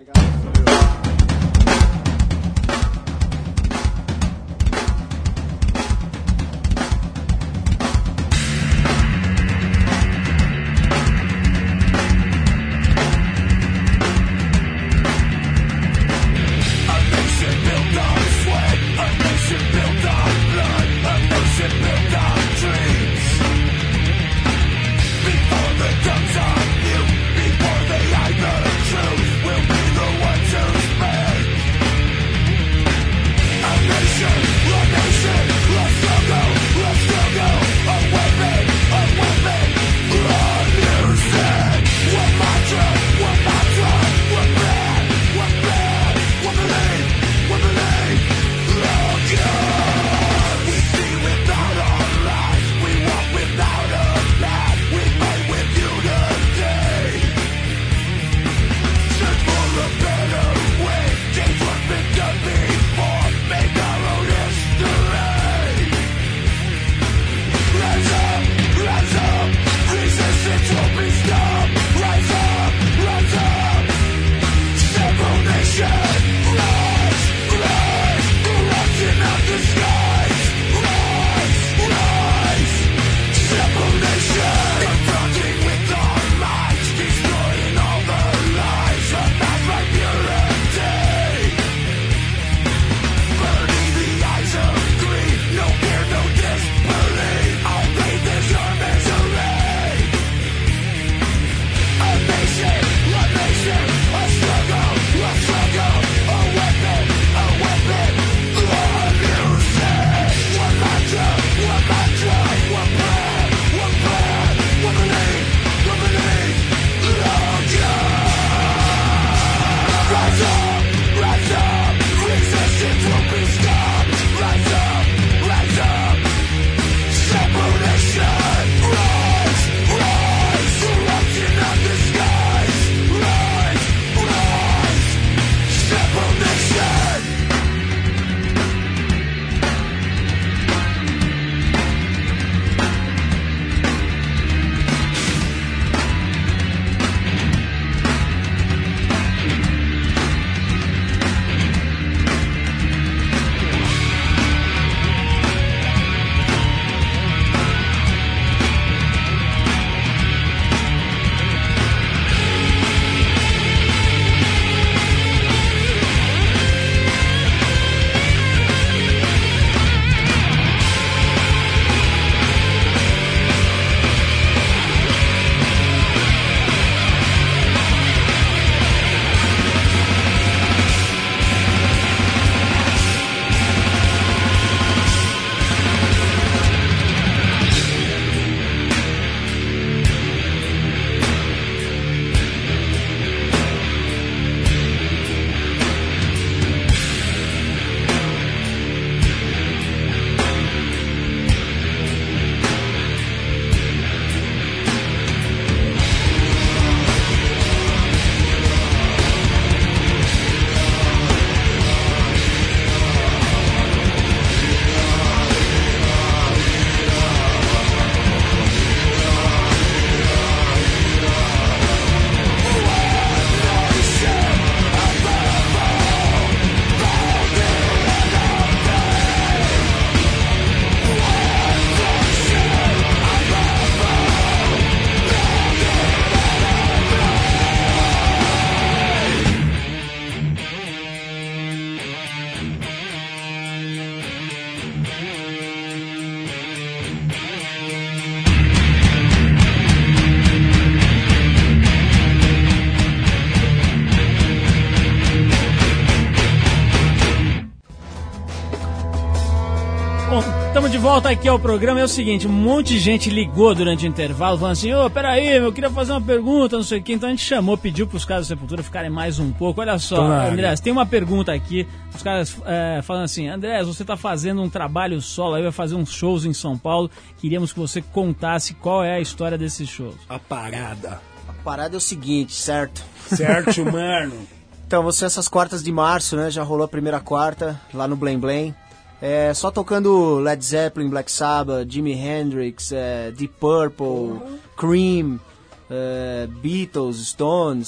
Estamos de volta aqui ao programa. É o seguinte, um monte de gente ligou durante o intervalo falando assim, ô, oh, peraí, eu queria fazer uma pergunta, não sei o que. Então a gente chamou, pediu para os caras da Sepultura ficarem mais um pouco. Olha só, Andrés, tem uma pergunta aqui, os caras é, falando assim, Andrés, você está fazendo um trabalho solo, aí vai fazer uns shows em São Paulo, queríamos que você contasse qual é a história desses shows. A parada. A parada é o seguinte, certo? Certo, mano. Então, você essas quartas de março, né, já rolou a primeira quarta, lá no Blém Blém. É, só tocando Led Zeppelin, Black Sabbath, Jimi Hendrix, é, Deep Purple, Cream, é, Beatles, Stones,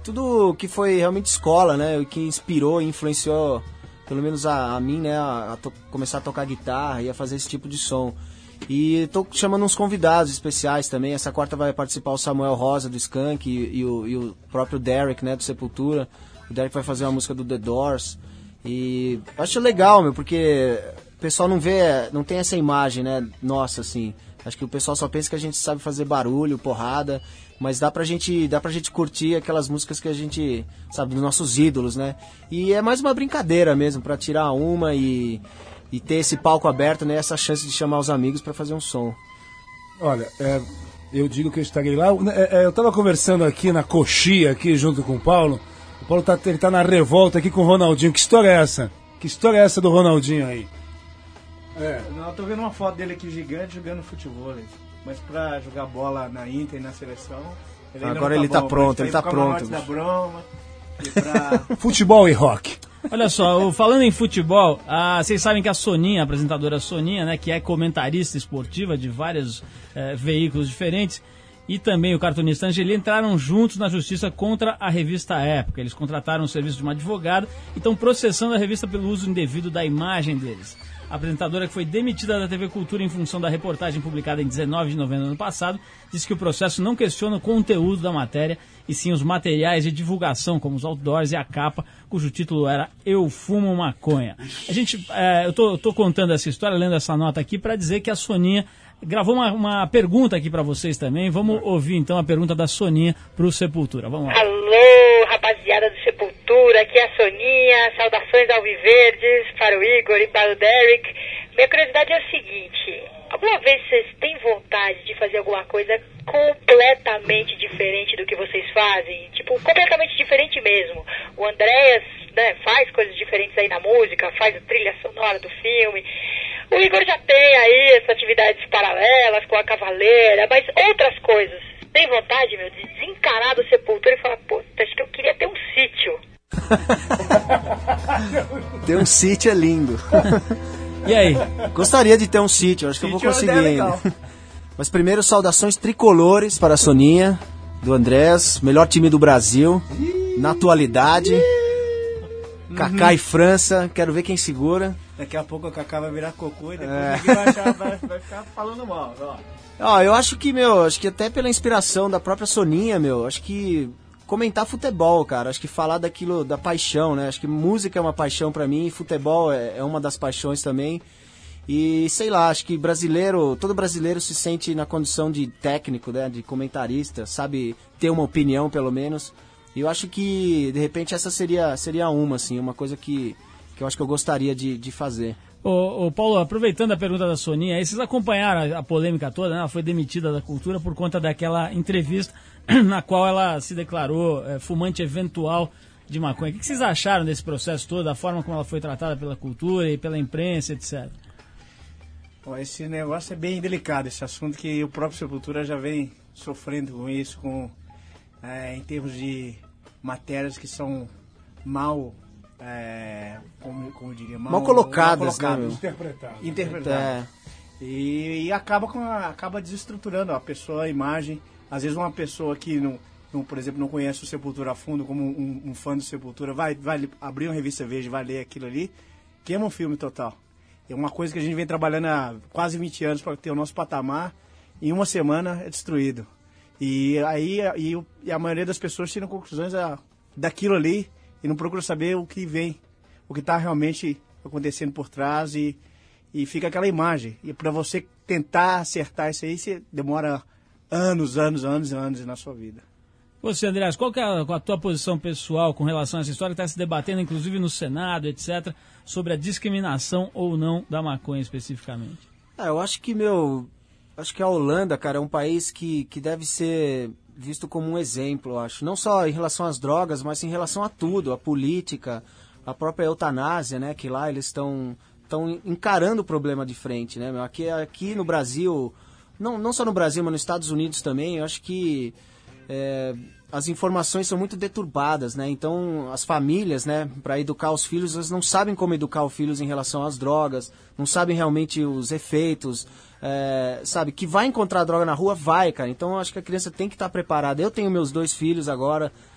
tudo que foi realmente escola, né? O que inspirou e influenciou, pelo menos a, a mim, né? A, a to- começar a tocar guitarra e a fazer esse tipo de som. E tô chamando uns convidados especiais também. Essa quarta vai participar o Samuel Rosa, do Skank, e, e, o, e o próprio Derek, né? Do Sepultura. O Derek vai fazer uma música do The Doors. E eu acho legal, meu, porque o pessoal não vê, não tem essa imagem, né? Nossa, assim. Acho que o pessoal só pensa que a gente sabe fazer barulho, porrada, mas dá pra gente, dá pra gente curtir aquelas músicas que a gente, sabe, dos nossos ídolos, né? E é mais uma brincadeira mesmo, pra tirar uma e, e ter esse palco aberto, né? Essa chance de chamar os amigos pra fazer um som. Olha, é, eu digo que eu estarei lá. É, é, eu tava conversando aqui na coxia, aqui junto com o Paulo. O Paulo tá, ele tá na revolta aqui com o Ronaldinho. Que história é essa? Que história é essa do Ronaldinho aí? É. Não, eu tô vendo uma foto dele aqui gigante jogando futebol. Mas pra jogar bola na Inter e na seleção... Ele Agora não ele tá bom, pronto, ele tá ficar pronto. Da broma, e pra... Futebol e rock. Olha só, falando em futebol, ah, vocês sabem que a Soninha, a apresentadora Soninha, né, que é comentarista esportiva de vários eh, veículos diferentes, e também o cartunista Angeli entraram juntos na justiça contra a revista Época. Eles contrataram o serviço de uma advogada e estão processando a revista pelo uso indevido da imagem deles. A apresentadora, que foi demitida da T V Cultura em função da reportagem publicada em dezenove de novembro do ano passado, disse que o processo não questiona o conteúdo da matéria, e sim os materiais de divulgação, como os outdoors e a capa, cujo título era Eu Fumo Maconha. A gente, é, eu tô, tô contando essa história, lendo essa nota aqui, para dizer que a Soninha gravou uma, uma pergunta aqui para vocês também. Vamos ouvir então a pergunta da Soninha pro Sepultura. Vamos lá. Alô, rapaziada do Sepultura, aqui é a Soninha, saudações alviverdes para o Igor e para o Derek. Minha curiosidade é o seguinte: alguma vez vocês têm vontade de fazer alguma coisa completamente diferente do que vocês fazem? Tipo, completamente diferente mesmo. O Andréas, né, faz coisas diferentes aí na música, faz a trilha sonora do filme. O Igor já tem aí essas atividades paralelas com a Cavaleira, mas outras coisas. Tem vontade, meu, de desencarar do Sepultura e falar, pô, acho que eu queria ter um sítio. Ter um sítio é lindo. E aí? Gostaria de ter um sítio, acho que Sítio eu vou conseguir é ainda. legal. Mas primeiro, saudações tricolores para a Soninha, do Andrés, melhor time do Brasil, na atualidade. Kaká e França, quero ver quem segura. Daqui a pouco a Kaká vai virar cocô e depois É. ninguém vai, achar, vai, vai ficar falando mal. Ó. Ó, eu acho que, meu, acho que até pela inspiração da própria Soninha, meu, acho que comentar futebol, cara, acho que falar daquilo, da paixão, né, acho que música é uma paixão pra mim, futebol é, é uma das paixões também, e sei lá, acho que brasileiro, todo brasileiro se sente na condição de técnico, né, de comentarista, sabe ter uma opinião pelo menos, e eu acho que, de repente, essa seria, seria uma, assim, uma coisa que, que eu acho que eu gostaria de, de fazer. Ô, ô, Paulo, aproveitando a pergunta da Soninha, aí vocês acompanharam a, a polêmica toda, né? Ela foi demitida da Cultura por conta daquela entrevista na qual ela se declarou é, fumante eventual de maconha. O que vocês acharam desse processo todo, da forma como ela foi tratada pela Cultura e pela imprensa, etcétera? Bom, esse negócio é bem delicado, esse assunto que o próprio Sepultura já vem sofrendo com isso, com, é, em termos de matérias que são mal... É, como, como eu diria, mal, Mal colocadas, mal colocadas, né, meu? interpretadas. interpretadas. É. E, e acaba, com a, acaba desestruturando a pessoa, a imagem. Às vezes uma pessoa que, não, não, por exemplo, não conhece o Sepultura a fundo, como um, um fã do Sepultura, vai, vai abrir uma revista Veja, vai ler aquilo ali, queima o filme total. É uma coisa que a gente vem trabalhando há quase vinte anos para ter o nosso patamar, em uma semana é destruído. E aí e, e a maioria das pessoas tiram conclusões a, daquilo ali, e não procura saber o que vem, o que está realmente acontecendo por trás, e, e fica aquela imagem. E para você tentar acertar isso aí, você demora anos, anos, anos e anos na sua vida. Você, Andreas, qual que é a, a tua posição pessoal com relação a essa história que está se debatendo, inclusive no Senado, etcétera, sobre a discriminação ou não da maconha especificamente? Ah, eu acho que, meu, acho que a Holanda, cara, é um país que, que deve ser visto como um exemplo, eu acho. Não só em relação às drogas, mas em relação a tudo, a política, a própria eutanásia, né? Que lá eles estão estão encarando o problema de frente, né? Aqui, aqui no Brasil, não, não só no Brasil, mas nos Estados Unidos também, eu acho que é, as informações são muito deturbadas, né? Então, as famílias, né, para educar os filhos, elas não sabem como educar os filhos em relação às drogas, não sabem realmente os efeitos, é, sabe? Que vai encontrar droga na rua, vai, cara. Então, eu acho que a criança tem que estar preparada. Eu tenho meus dois filhos agora,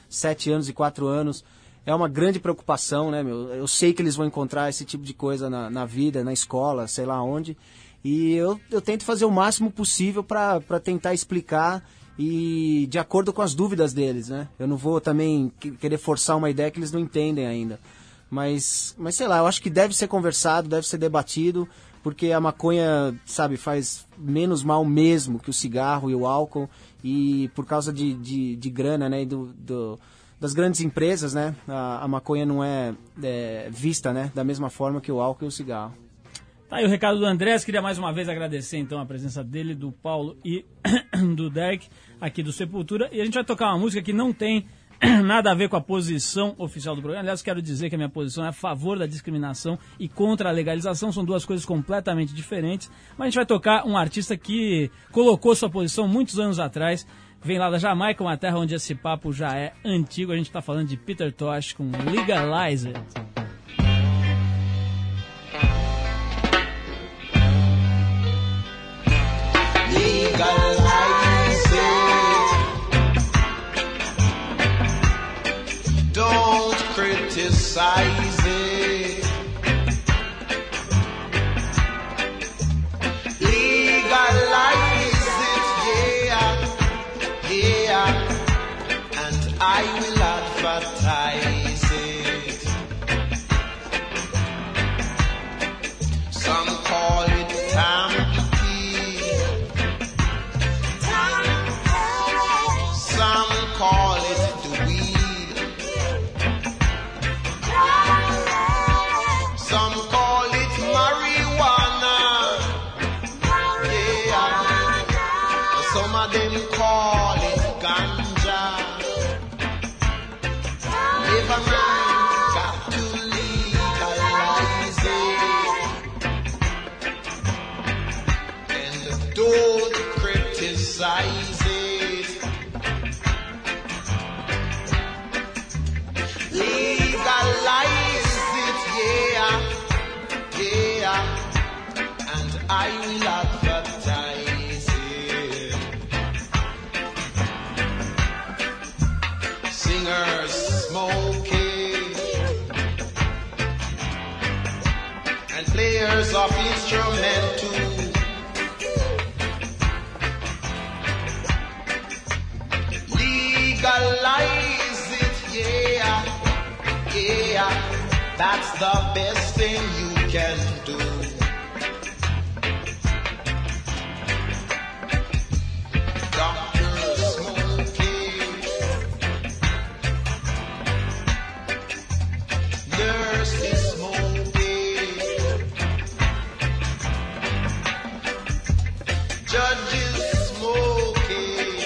sete anos e quatro anos. É uma grande preocupação, né, meu? Eu sei que eles vão encontrar esse tipo de coisa na, na vida, na escola, sei lá onde. E eu, eu tento fazer o máximo possível para tentar explicar e de acordo com as dúvidas deles, né? Eu não vou também querer forçar uma ideia que eles não entendem ainda. Mas, mas sei lá, eu acho que deve ser conversado, deve ser debatido, porque a maconha, sabe, faz menos mal mesmo que o cigarro e o álcool. E por causa de, de, de grana, né, e do... do das grandes empresas, né, a, a maconha não é, é vista, né, da mesma forma que o álcool e o cigarro. Tá aí o recado do Andrés, queria mais uma vez agradecer então a presença dele, do Paulo e do Derek aqui do Sepultura, e a gente vai tocar uma música que não tem nada a ver com a posição oficial do programa. Aliás, quero dizer que a minha posição é a favor da discriminação e contra a legalização, são duas coisas completamente diferentes, mas a gente vai tocar um artista que colocou sua posição muitos anos atrás. Vem lá da Jamaica, uma terra onde esse papo já é antigo. A gente está falando de Peter Tosh com Legalize It. Legalize it. Don't criticize it. Legalize I will advertise it. Some call it Tampi. Some call it the weed. Some call it marijuana. Yeah. Some of them call it ganja. Never mind, got to legalize it. And don't criticize it. Legalize it, yeah, yeah. And I will advertise it. Singers smoking and players of instrumental. Legalize it, yeah, yeah. That's the best thing you can do. Doctors smoking, nurses smoking, judges smoking,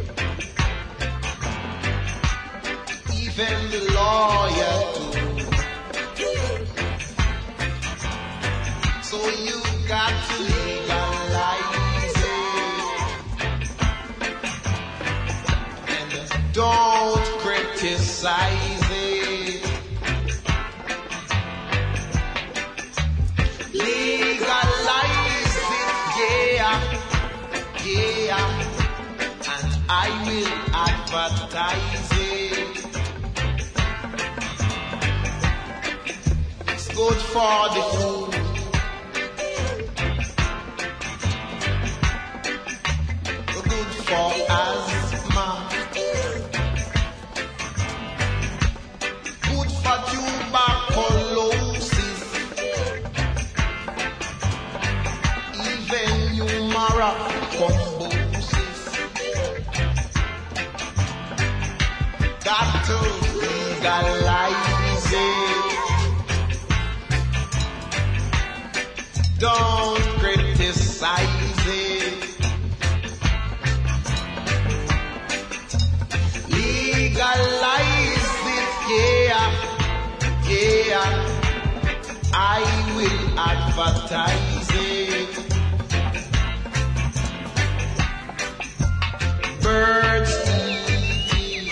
even the lawyer too. So you got to legalize it and don't criticize it. Legalize it, yeah, yeah, and I will advertise it. It's good for the food. For asthma, good for tuberculosis, even humoral thrombosis. Got to legalize it. Don't criticize it. Legalize it, yeah, yeah. I will advertise it. Birds eat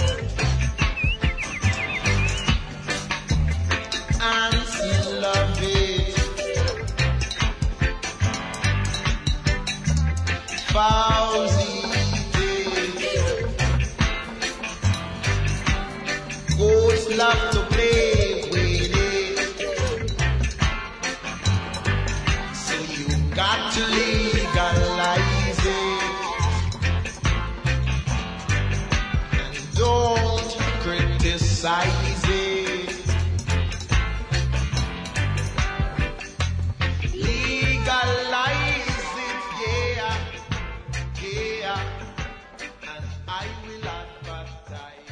it, ants love it, fowls eat it. love to play with it. So you got to legalize it. And don't criticize it. Legalize it, yeah, yeah. And I will advertise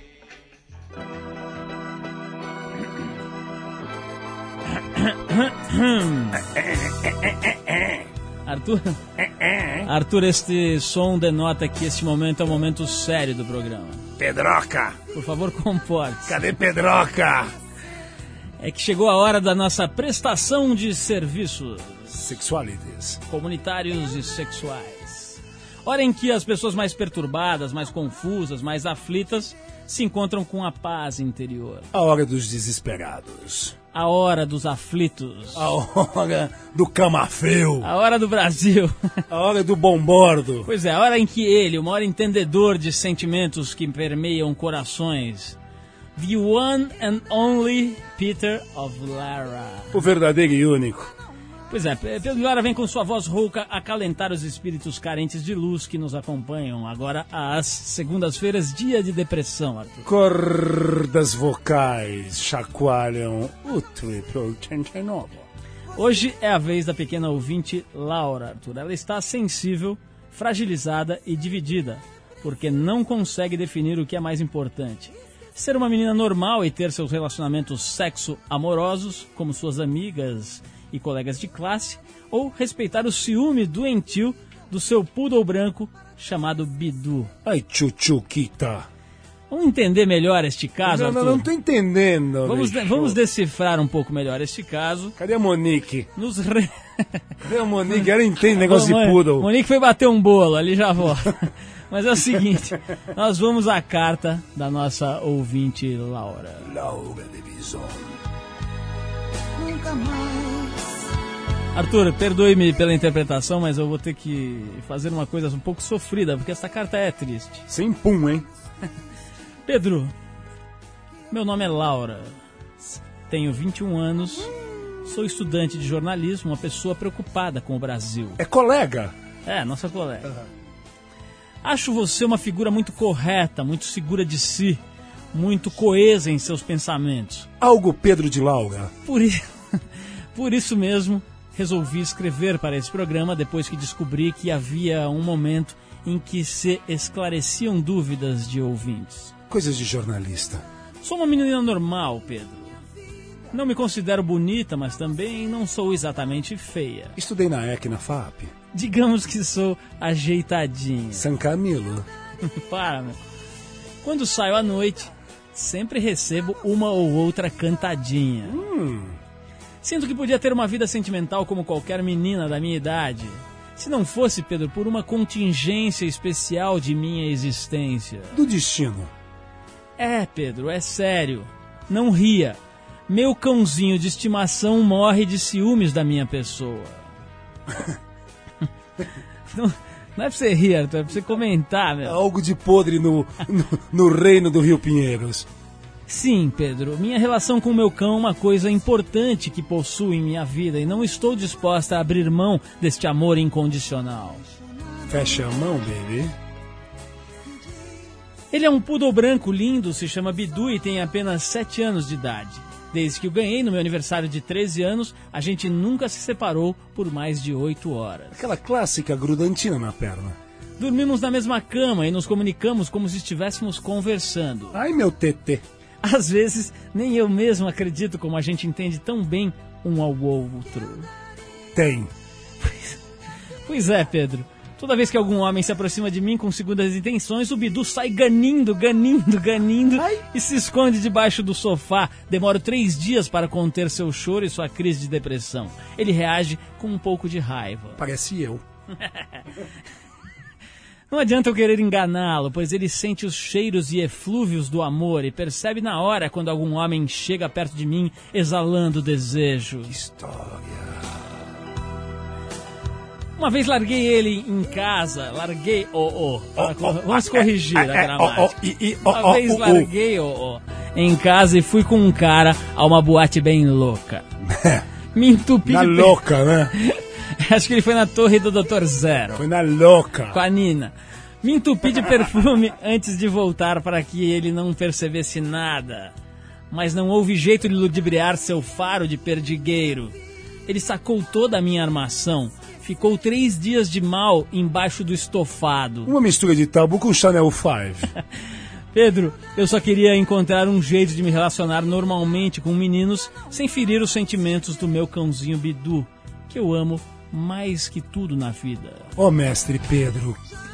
it. Arthur, Arthur, este som denota que este momento é um momento sério do programa. Pedroca! Por favor, comporte-se. Cadê Pedroca? É que chegou a hora da nossa prestação de serviços Sexualities. comunitários e sexuais. Hora em que as pessoas mais perturbadas, mais confusas, mais aflitas se encontram com a paz interior. A hora dos desesperados. A hora dos aflitos. A hora do camafeu. A hora do Brasil. A hora do bombordo. Pois é, a hora em que ele, o maior entendedor de sentimentos que permeiam corações, the one and only Peter of Lara. O verdadeiro e único. Pois é, Pedro de Lara vem com sua voz rouca acalentar os espíritos carentes de luz que nos acompanham agora às segundas-feiras, dia de depressão, Arthur. Cordas vocais chacoalham o triplo oitenta e nove. Hoje é a vez da pequena ouvinte Laura, Arthur. Ela está sensível, fragilizada e dividida, porque não consegue definir o que é mais importante. Ser uma menina normal e ter seus relacionamentos sexo-amorosos, como suas amigas e colegas de classe, ou respeitar o ciúme doentio do seu poodle branco chamado Bidu. Ai, tchutchuquita. Vamos entender melhor este caso, não, Arthur? Não, não tô entendendo. Vamos, de, vamos decifrar um pouco melhor este caso. Cadê a Monique? Nos re... Cadê a Monique? Ela entende negócio Ô, de poodle. Monique foi bater um bolo, ali já volta. Mas é o seguinte, nós vamos à carta da nossa ouvinte Laura. Laura de Bison. Nunca mais. Arthur, perdoe-me pela interpretação, mas eu vou ter que fazer uma coisa um pouco sofrida, porque essa carta é triste. Sem pum, hein? Pedro, meu nome é Laura, tenho vinte e um anos, sou estudante de jornalismo, uma pessoa preocupada com o Brasil. É colega? É, nossa colega. Uhum. Acho você uma figura muito correta, muito segura de si, muito coesa em seus pensamentos. Algo Pedro de Laura. Por, i... Por isso mesmo, resolvi escrever para esse programa depois que descobri que havia um momento em que se esclareciam dúvidas de ouvintes. Coisas de jornalista. Sou uma menina normal, Pedro. Não me considero bonita, mas também não sou exatamente feia. Estudei na E C, na F A P. Digamos que sou ajeitadinha. San Camilo. Para, meu. Quando saio à noite, sempre recebo uma ou outra cantadinha. Hum. Sinto que podia ter uma vida sentimental como qualquer menina da minha idade. Se não fosse, Pedro, por uma contingência especial de minha existência. Do destino. É, Pedro, é sério. Não ria. Meu cãozinho de estimação morre de ciúmes da minha pessoa. não, não é pra você rir, Arthur, é pra você comentar, meu. Algo de podre no, no, no reino do Rio Pinheiros. Sim, Pedro, minha relação com o meu cão é uma coisa importante que possuo em minha vida e não estou disposta a abrir mão deste amor incondicional. Fecha a mão, baby. Ele é um poodle branco lindo, se chama Bidu e tem apenas sete anos de idade. Desde que o ganhei no meu aniversário de treze anos, a gente nunca se separou por mais de oito horas. Aquela clássica grudantina na perna. Dormimos na mesma cama e nos comunicamos como se estivéssemos conversando. Ai, meu tetê. Às vezes, nem eu mesmo acredito como a gente entende tão bem um ao outro. Tem. Pois, pois é, Pedro. Toda vez que algum homem se aproxima de mim com segundas intenções, o Bidu sai ganindo, ganindo, ganindo Ai. e se esconde debaixo do sofá. Demoro três dias para conter seu choro e sua crise de depressão. Ele reage com um pouco de raiva. Parece eu. Não adianta eu querer enganá-lo, pois ele sente os cheiros e eflúvios do amor e percebe na hora quando algum homem chega perto de mim exalando desejo. Que história. Uma vez larguei ele em casa, larguei o oh, oh, oh, oh, vamos corrigir a gramática. Uma vez larguei o em casa e fui com um cara a uma boate bem louca. Me entupi Na de... louca, né? Acho que ele foi na torre do doutor Zero. Foi na louca. Com a Nina. Me entupi de perfume antes de voltar para que ele não percebesse nada. Mas não houve jeito de ludibriar seu faro de perdigueiro. Ele sacou toda a minha armação. Ficou três dias de mal embaixo do estofado. Uma mistura de tabu com Chanel cinco. Pedro, eu só queria encontrar um jeito de me relacionar normalmente com meninos sem ferir os sentimentos do meu cãozinho Bidu, que eu amo mais que tudo na vida. Ó, mestre Pedro.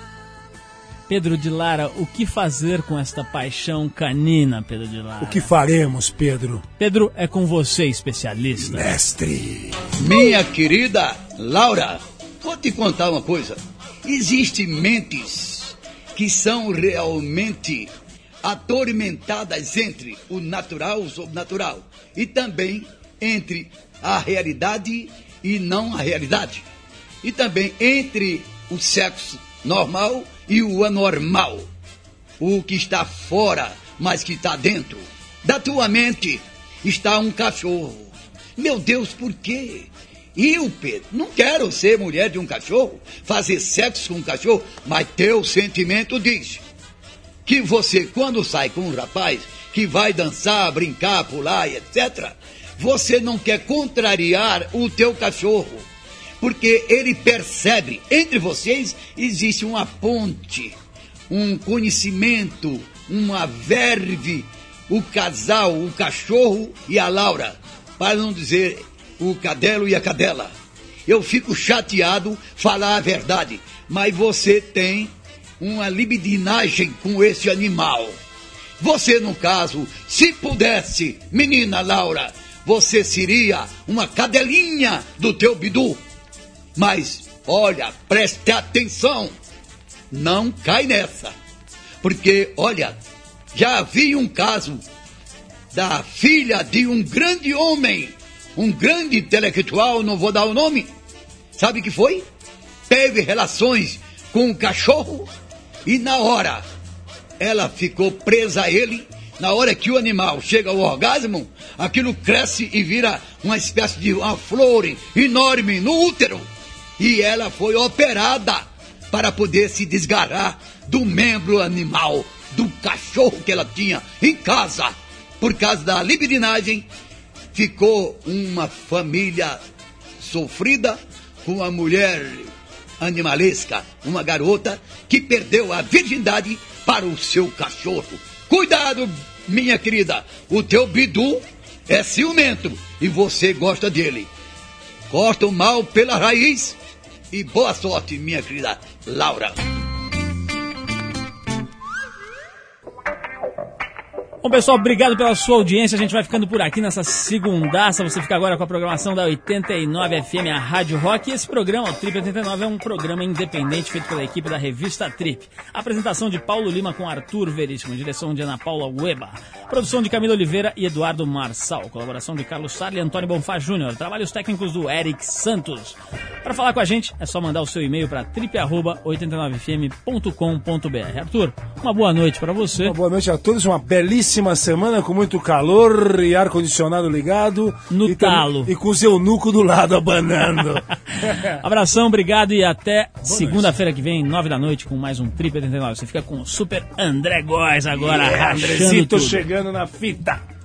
Pedro de Lara, o que fazer com esta paixão canina, Pedro de Lara? O que faremos, Pedro? Pedro, é com você, especialista. Mestre. Minha querida Laura, vou te contar uma coisa. Existem mentes que são realmente atormentadas entre o natural e o sobrenatural. E também entre a realidade e não a realidade. E também entre o sexo normal e o anormal. O que está fora, mas que está dentro. Da tua mente está um cachorro. Meu Deus, por quê? Eu, Pedro, não quero ser mulher de um cachorro, fazer sexo com um cachorro, mas teu sentimento diz que você, quando sai com um rapaz que vai dançar, brincar, pular e etcétera, você não quer contrariar o teu cachorro, porque ele percebe, entre vocês existe uma ponte, um conhecimento, uma verve, o casal, o cachorro e a Laura, para não dizer o cadelo e a cadela. Eu fico chateado falar a verdade, mas você tem uma libidinagem com esse animal. Você, no caso, se pudesse, menina Laura, você seria uma cadelinha do teu Bidu. Mas, olha, preste atenção, não cai nessa. Porque, olha, já vi um caso da filha de um grande homem, um grande intelectual, não vou dar o nome. Sabe o que foi? Teve relações com um cachorro e na hora ela ficou presa a ele. Na hora que o animal chega ao orgasmo, aquilo cresce e vira uma espécie de uma flor enorme no útero. E ela foi operada para poder se desgarrar do membro animal, do cachorro que ela tinha em casa. Por causa da libidinagem, ficou uma família sofrida com uma mulher animalesca, uma garota que perdeu a virgindade para o seu cachorro. Cuidado, minha querida, o teu Bidu é ciumento e você gosta dele. Corta o mal pela raiz e boa sorte, minha querida Laura. Bom, pessoal, obrigado pela sua audiência. A gente vai ficando por aqui nessa segundaça. Você fica agora com a programação da oitenta e nove F M, a Rádio Rock. E esse programa, o Trip oitenta e nove, é um programa independente feito pela equipe da revista Trip. Apresentação de Paulo Lima com Arthur Veríssimo. Direção de Ana Paula Ueba. Produção de Camila Oliveira e Eduardo Marçal. Colaboração de Carlos Sarli e Antônio Bonfá Júnior. Trabalhos técnicos do Eric Santos. Para falar com a gente, é só mandar o seu e-mail para trip arroba oitenta e nove f m ponto com ponto b r. Arthur, uma boa noite para você. Uma boa noite a todos. Uma belíssima semana com muito calor e ar-condicionado ligado. No e talo. E com o seu nuco do lado abanando. Abração, obrigado e até segunda-feira que vem, nove da noite, com mais um Trip oitenta e nove. Você fica com o Super André Góes agora, Yeah, rachando Andrezito tudo. chegando na fita.